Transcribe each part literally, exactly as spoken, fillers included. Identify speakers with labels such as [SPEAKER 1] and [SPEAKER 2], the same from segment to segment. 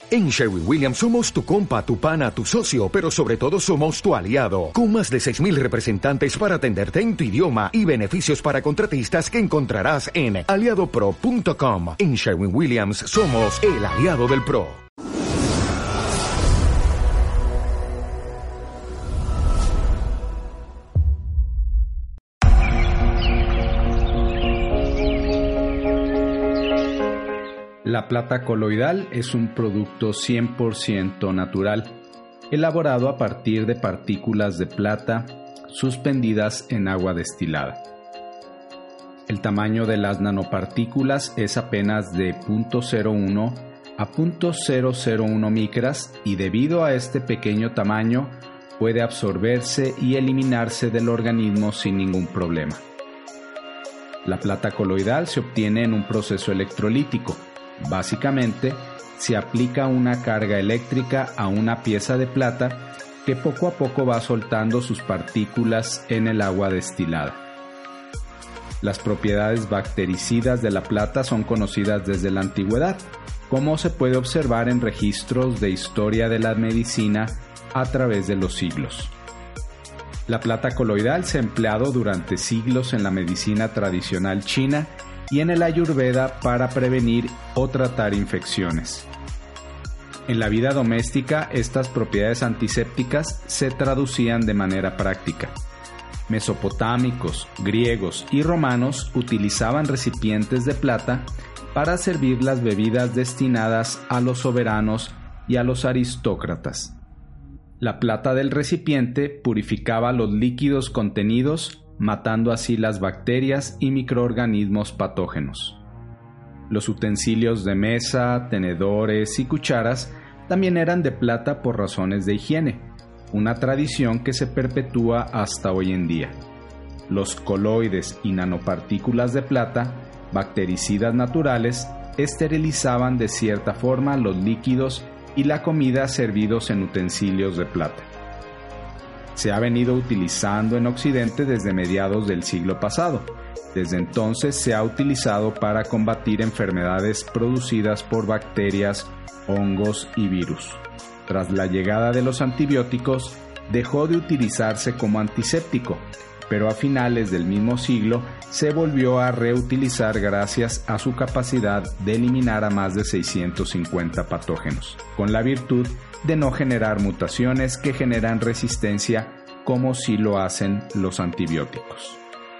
[SPEAKER 1] En Sherwin-Williams somos tu compa, tu pana, tu socio, pero sobre todo somos tu aliado, con más de seis mil representantes para atenderte en tu idioma y beneficios para contratistas que encontrarás en aliado pro punto com. En Sherwin-Williams somos el aliado del pro.
[SPEAKER 2] La plata coloidal es un producto cien por ciento natural, elaborado a partir de partículas de plata suspendidas en agua destilada. El tamaño de las nanopartículas es apenas de cero punto cero uno a cero punto cero cero uno micras y debido a este pequeño tamaño puede absorberse y eliminarse del organismo sin ningún problema. La plata coloidal se obtiene en un proceso electrolítico. Básicamente, se aplica una carga eléctrica a una pieza de plata que poco a poco va soltando sus partículas en el agua destilada. Las propiedades bactericidas de la plata son conocidas desde la antigüedad, como se puede observar en registros de historia de la medicina a través de los siglos. La plata coloidal se ha empleado durante siglos en la medicina tradicional china y en el Ayurveda para prevenir o tratar infecciones. En la vida doméstica, estas propiedades antisépticas se traducían de manera práctica. Mesopotámicos, griegos y romanos utilizaban recipientes de plata para servir las bebidas destinadas a los soberanos y a los aristócratas. La plata del recipiente purificaba los líquidos contenidos, matando así las bacterias y microorganismos patógenos. Los utensilios de mesa, tenedores y cucharas también eran de plata por razones de higiene, una tradición que se perpetúa hasta hoy en día. Los coloides y nanopartículas de plata, bactericidas naturales, esterilizaban de cierta forma los líquidos y la comida servidos en utensilios de plata. Se ha venido utilizando en Occidente desde mediados del siglo pasado. Desde entonces se ha utilizado para combatir enfermedades producidas por bacterias, hongos y virus. Tras la llegada de los antibióticos, dejó de utilizarse como antiséptico, pero a finales del mismo siglo se volvió a reutilizar gracias a su capacidad de eliminar a más de seiscientos cincuenta patógenos, con la virtud de no generar mutaciones que generan resistencia como sí lo hacen los antibióticos.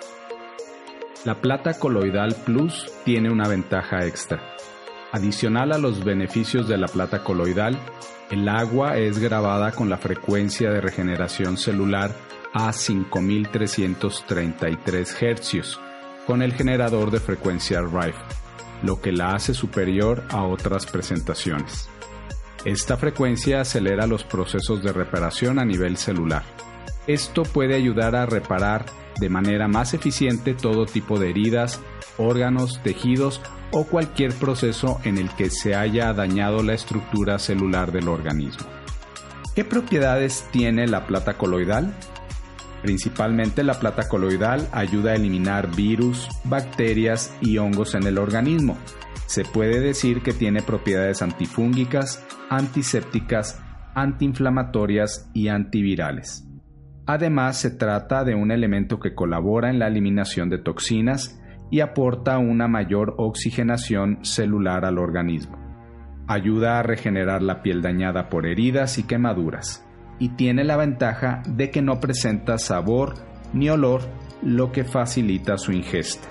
[SPEAKER 2] La plata coloidal Plus tiene una ventaja extra. Adicional a los beneficios de la plata coloidal, el agua es grabada con la frecuencia de regeneración celular a cinco mil trescientos treinta y tres hercios con el generador de frecuencia Rife, lo que la hace superior a otras presentaciones. Esta frecuencia acelera los procesos de reparación a nivel celular. Esto puede ayudar a reparar de manera más eficiente todo tipo de heridas, órganos, tejidos o cualquier proceso en el que se haya dañado la estructura celular del organismo. ¿Qué propiedades tiene la plata coloidal? Principalmente la plata coloidal ayuda a eliminar virus, bacterias y hongos en el organismo. Se puede decir que tiene propiedades antifúngicas, antisépticas, antiinflamatorias y antivirales. Además, se trata de un elemento que colabora en la eliminación de toxinas y aporta una mayor oxigenación celular al organismo. Ayuda a regenerar la piel dañada por heridas y quemaduras, y tiene la ventaja de que no presenta sabor ni olor, lo que facilita su ingesta.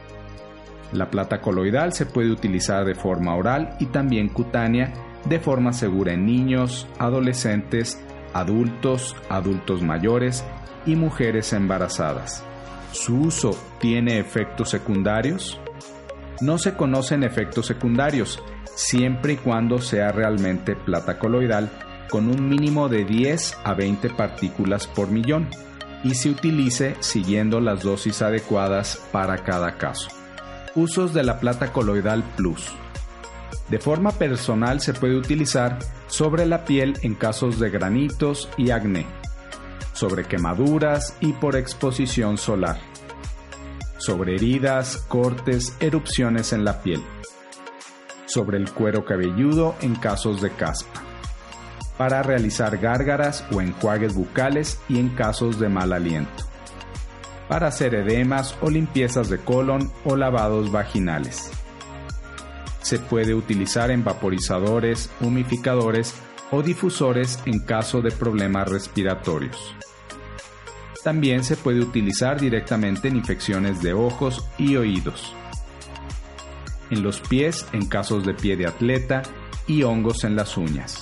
[SPEAKER 2] La plata coloidal se puede utilizar de forma oral y también cutánea de forma segura en niños, adolescentes, adultos, adultos mayores y mujeres embarazadas. ¿Su uso tiene efectos secundarios? No se conocen efectos secundarios, siempre y cuando sea realmente plata coloidal con un mínimo de diez a veinte partículas por millón y se utilice siguiendo las dosis adecuadas para cada caso. Usos de la plata coloidal Plus. De forma personal se puede utilizar sobre la piel en casos de granitos y acné, sobre quemaduras y por exposición solar, sobre heridas, cortes, erupciones en la piel. sobre el cuero cabelludo en casos de caspa, para realizar gárgaras o enjuagues bucales y en casos de mal aliento, para hacer edemas o limpiezas de colon o lavados vaginales. Se puede utilizar en vaporizadores, humidificadores o difusores en caso de problemas respiratorios. También se puede utilizar directamente en infecciones de ojos y oídos, en los pies en casos de pie de atleta y hongos en las uñas.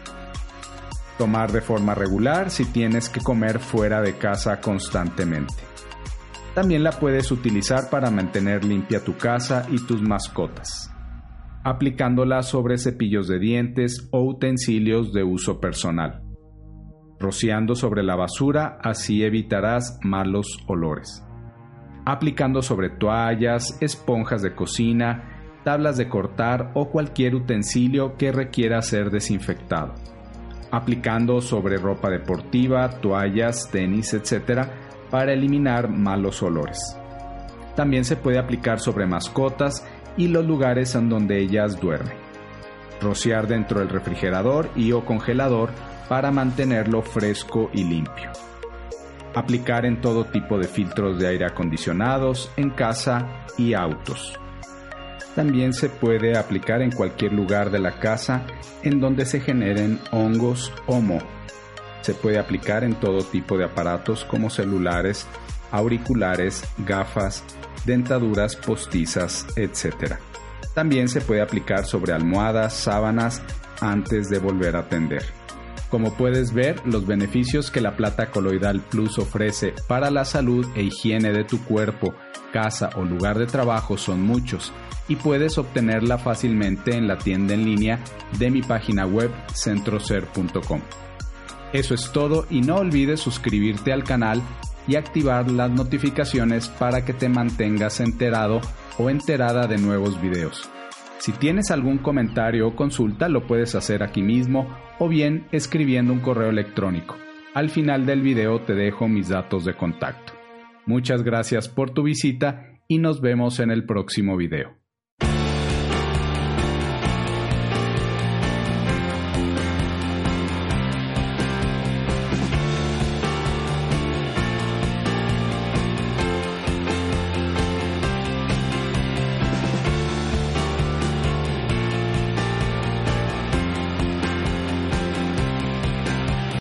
[SPEAKER 2] Tomar de forma regular si tienes que comer fuera de casa constantemente. También la puedes utilizar para mantener limpia tu casa y tus mascotas, aplicándola sobre cepillos de dientes o utensilios de uso personal, rociando sobre la basura, así evitarás malos olores, aplicando sobre toallas, esponjas de cocina, tablas de cortar o cualquier utensilio que requiera ser desinfectado, aplicando sobre ropa deportiva, toallas, tenis, etcétera, para eliminar malos olores. También se puede aplicar sobre mascotas y los lugares en donde ellas duermen. Rociar dentro del refrigerador y o congelador para mantenerlo fresco y limpio. Aplicar en todo tipo de filtros de aire acondicionados, en casa y autos. También se puede aplicar en cualquier lugar de la casa en donde se generen hongos o moho. Se puede aplicar en todo tipo de aparatos como celulares, auriculares, gafas, dentaduras postizas, etcétera. También se puede aplicar sobre almohadas, sábanas, antes de volver a tender. Como puedes ver, los beneficios que la plata coloidal Plus ofrece para la salud e higiene de tu cuerpo, casa o lugar de trabajo son muchos y puedes obtenerla fácilmente en la tienda en línea de mi página web centroser punto com. Eso es todo y no olvides suscribirte al canal y activar las notificaciones para que te mantengas enterado o enterada de nuevos videos. Si tienes algún comentario o consulta, lo puedes hacer aquí mismo o bien escribiendo un correo electrónico. Al final del video te dejo mis datos de contacto. Muchas gracias por tu visita y nos vemos en el próximo video.